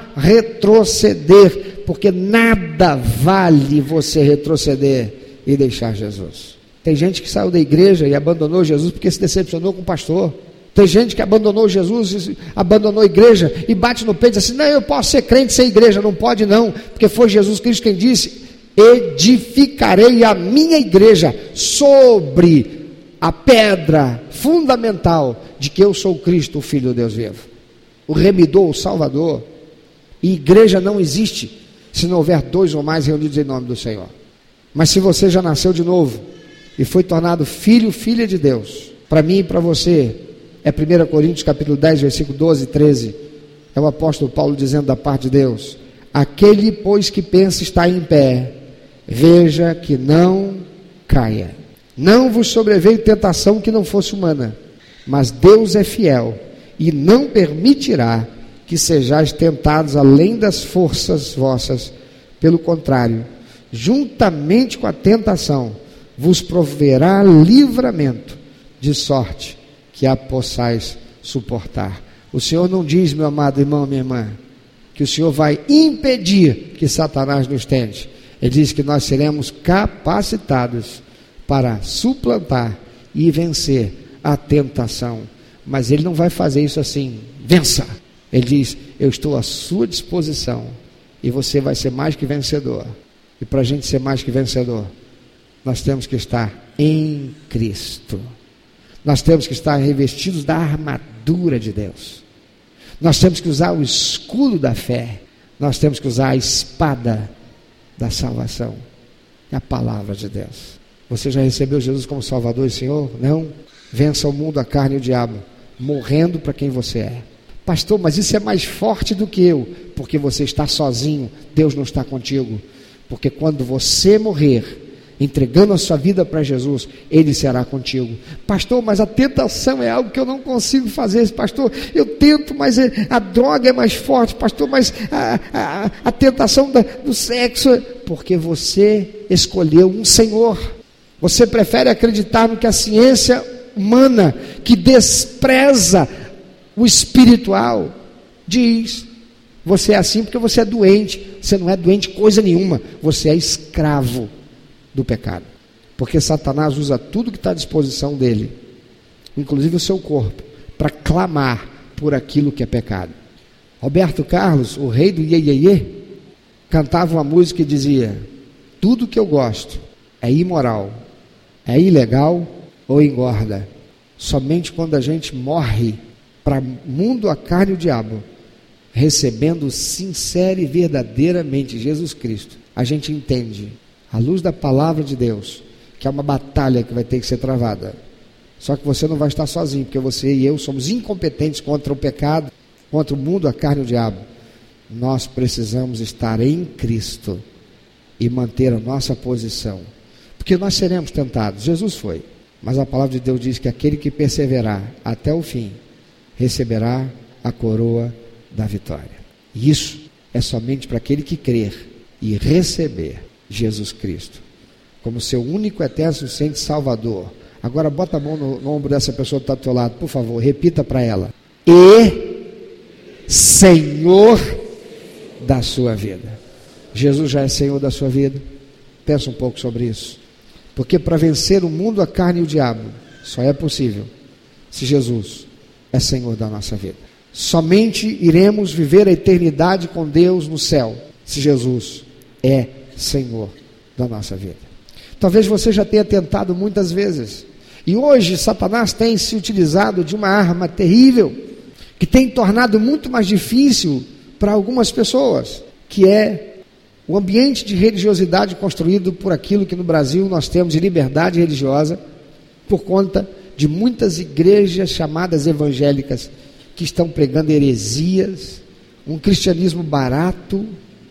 retroceder, porque nada vale você retroceder e deixar Jesus. Tem gente que saiu da igreja e abandonou Jesus porque se decepcionou com o pastor. Tem gente que abandonou Jesus, abandonou a igreja e bate no peito e diz assim: não, eu posso ser crente sem igreja. Não pode não, porque foi Jesus Cristo quem disse: edificarei a minha igreja sobre a pedra fundamental de que eu sou Cristo, o Filho do Deus vivo, o remidor, o Salvador. E igreja não existe se não houver dois ou mais reunidos em nome do Senhor. Mas se você já nasceu de novo e foi tornado filho, filha de Deus, para mim e para você, é 1 Coríntios capítulo 10, versículo 12 e 13, é o apóstolo Paulo dizendo da parte de Deus: aquele, pois, que pensa estar em pé, veja que não caia. Não vos sobreveio tentação que não fosse humana, mas Deus é fiel e não permitirá que sejais tentados além das forças vossas. Pelo contrário, juntamente com a tentação, vos proverá livramento, de sorte que a possais suportar. O Senhor não diz, meu amado irmão, minha irmã, que o Senhor vai impedir que Satanás nos tente. Ele diz que nós seremos capacitados para suplantar e vencer a tentação. Mas Ele não vai fazer isso assim: vença. Ele diz: eu estou à sua disposição e você vai ser mais que vencedor. E para a gente ser mais que vencedor, nós temos que estar em Cristo. Nós temos que estar revestidos da armadura de Deus. Nós temos que usar o escudo da fé. Nós temos que usar a espada da salvação, a palavra de Deus. Você já recebeu Jesus como Salvador e Senhor? Não? Vença o mundo, a carne e o diabo, morrendo para quem você é. Pastor, mas isso é mais forte do que eu. Porque você está sozinho, Deus não está contigo. Porque quando você morrer, entregando a sua vida para Jesus, Ele será contigo. Pastor, mas a tentação é algo que eu não consigo fazer. Pastor, eu tento, mas a droga é mais forte. Pastor, mas a tentação do sexo é... Porque você escolheu um Senhor. Você prefere acreditar no que a ciência humana, que despreza o espiritual, diz. Você é assim porque você é doente. Você não é doente coisa nenhuma. Você é escravo do pecado. Porque Satanás usa tudo que está à disposição dele, inclusive o seu corpo, para clamar por aquilo que é pecado. Roberto Carlos, o rei do iê, iê, iê, cantava uma música e dizia: tudo que eu gosto é imoral, é ilegal ou engorda. Somente quando a gente morre para o mundo, a carne e o diabo, recebendo sincera e verdadeiramente Jesus Cristo, a gente entende, à luz da palavra de Deus, que é uma batalha que vai ter que ser travada. Só que você não vai estar sozinho, porque você e eu somos incompetentes contra o pecado, contra o mundo, a carne e o diabo. Nós precisamos estar em Cristo e manter a nossa posição, porque nós seremos tentados. Jesus foi, mas a palavra de Deus diz que aquele que perseverar até o fim receberá a coroa da vitória. E isso é somente para aquele que crer e receber Jesus Cristo como seu único, eterno, suficiente Salvador. Agora bota a mão no ombro dessa pessoa que está do teu lado, por favor, repita para ela: e Senhor da sua vida. Jesus já é Senhor da sua vida? Pensa um pouco sobre isso. Porque para vencer o mundo, a carne e o diabo, só é possível se Jesus é Senhor da nossa vida. Somente iremos viver a eternidade com Deus no céu se Jesus é Senhor da nossa vida. Talvez você já tenha tentado muitas vezes, e hoje Satanás tem se utilizado de uma arma terrível, que tem tornado muito mais difícil para algumas pessoas, que é o ambiente de religiosidade construído por aquilo que no Brasil nós temos de liberdade religiosa, por conta de muitas igrejas chamadas evangélicas, que estão pregando heresias, um cristianismo barato,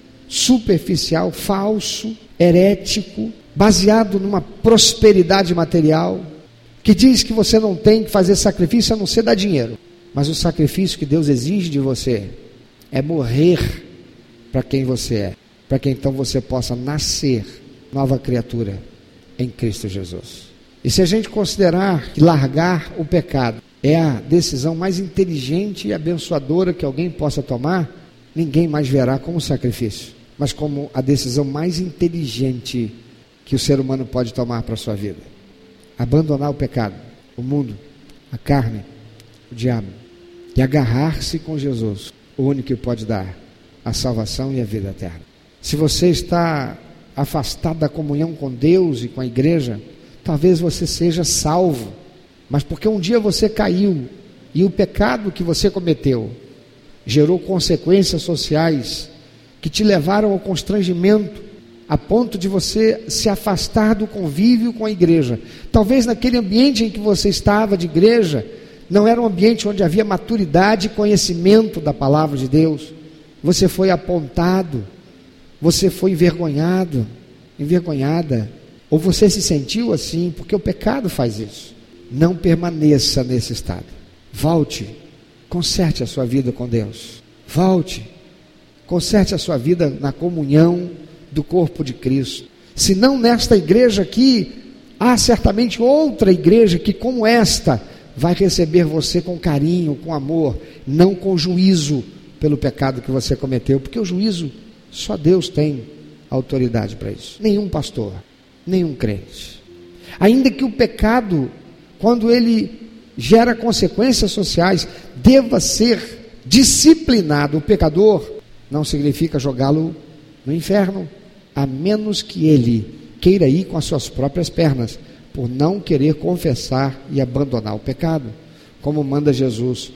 superficial, falso, herético, baseado numa prosperidade material, que diz que você não tem que fazer sacrifício a não ser dar dinheiro. Mas o sacrifício que Deus exige de você é morrer para quem você é, para que então você possa nascer nova criatura em Cristo Jesus. E se a gente considerar que largar o pecado é a decisão mais inteligente e abençoadora que alguém possa tomar, ninguém mais verá como sacrifício, mas como a decisão mais inteligente que o ser humano pode tomar para a sua vida. Abandonar o pecado, o mundo, a carne, o diabo, e agarrar-se com Jesus, o único que pode dar a salvação e a vida eterna. Se você está afastado da comunhão com Deus e com a igreja, talvez você seja salvo, mas porque um dia você caiu, e o pecado que você cometeu gerou consequências sociais que te levaram ao constrangimento, a ponto de você se afastar do convívio com a igreja. Talvez naquele ambiente em que você estava de igreja, não era um ambiente onde havia maturidade e conhecimento da palavra de Deus. Você foi apontado, você foi envergonhado, envergonhada, ou você se sentiu assim, porque o pecado faz isso. Não permaneça nesse estado. Volte, conserte a sua vida com Deus. Volte, conserte a sua vida na comunhão do corpo de Cristo. Se não nesta igreja aqui, há certamente outra igreja que, como esta, vai receber você com carinho, com amor, não com juízo pelo pecado que você cometeu, porque o juízo só Deus tem autoridade para isso. Nenhum pastor, nenhum crente. Ainda que o pecado, quando ele gera consequências sociais, deva ser disciplinado, o pecador não significa jogá-lo no inferno, a menos que ele queira ir com as suas próprias pernas, por não querer confessar e abandonar o pecado, como manda Jesus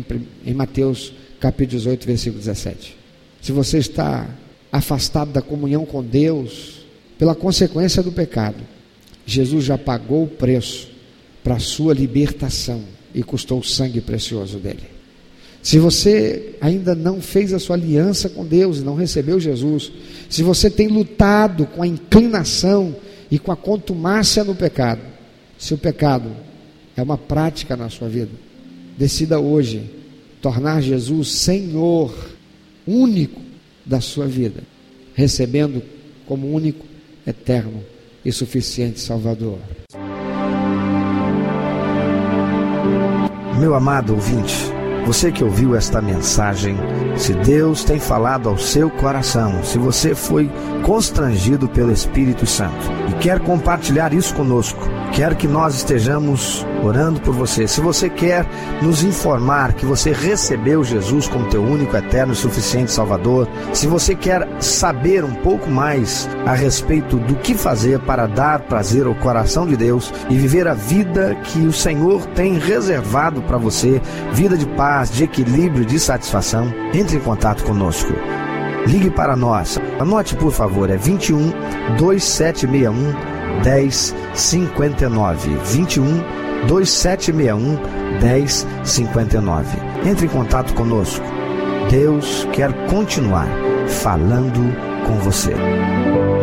em Mateus capítulo 18, versículo 17. Se você está afastado da comunhão com Deus, pela consequência do pecado, Jesus já pagou o preço para a sua libertação e custou o sangue precioso dele. Se você ainda não fez a sua aliança com Deus e não recebeu Jesus, se você tem lutado com a inclinação e com a contumácia no pecado, se o pecado é uma prática na sua vida, decida hoje tornar Jesus Senhor único da sua vida, recebendo como único, eterno e suficiente Salvador. Meu amado ouvinte, você que ouviu esta mensagem, se Deus tem falado ao seu coração, se você foi constrangido pelo Espírito Santo e quer compartilhar isso conosco, quer que nós estejamos orando por você, se você quer nos informar que você recebeu Jesus como teu único, eterno e suficiente Salvador, se você quer saber um pouco mais a respeito do que fazer para dar prazer ao coração de Deus e viver a vida que o Senhor tem reservado para você, vida de paz, de equilíbrio, de satisfação, entre em contato conosco. Ligue para nós. Anote, por favor, é 21 2761 1059, 21 2761 1059. Entre em contato conosco. Deus quer continuar falando com você.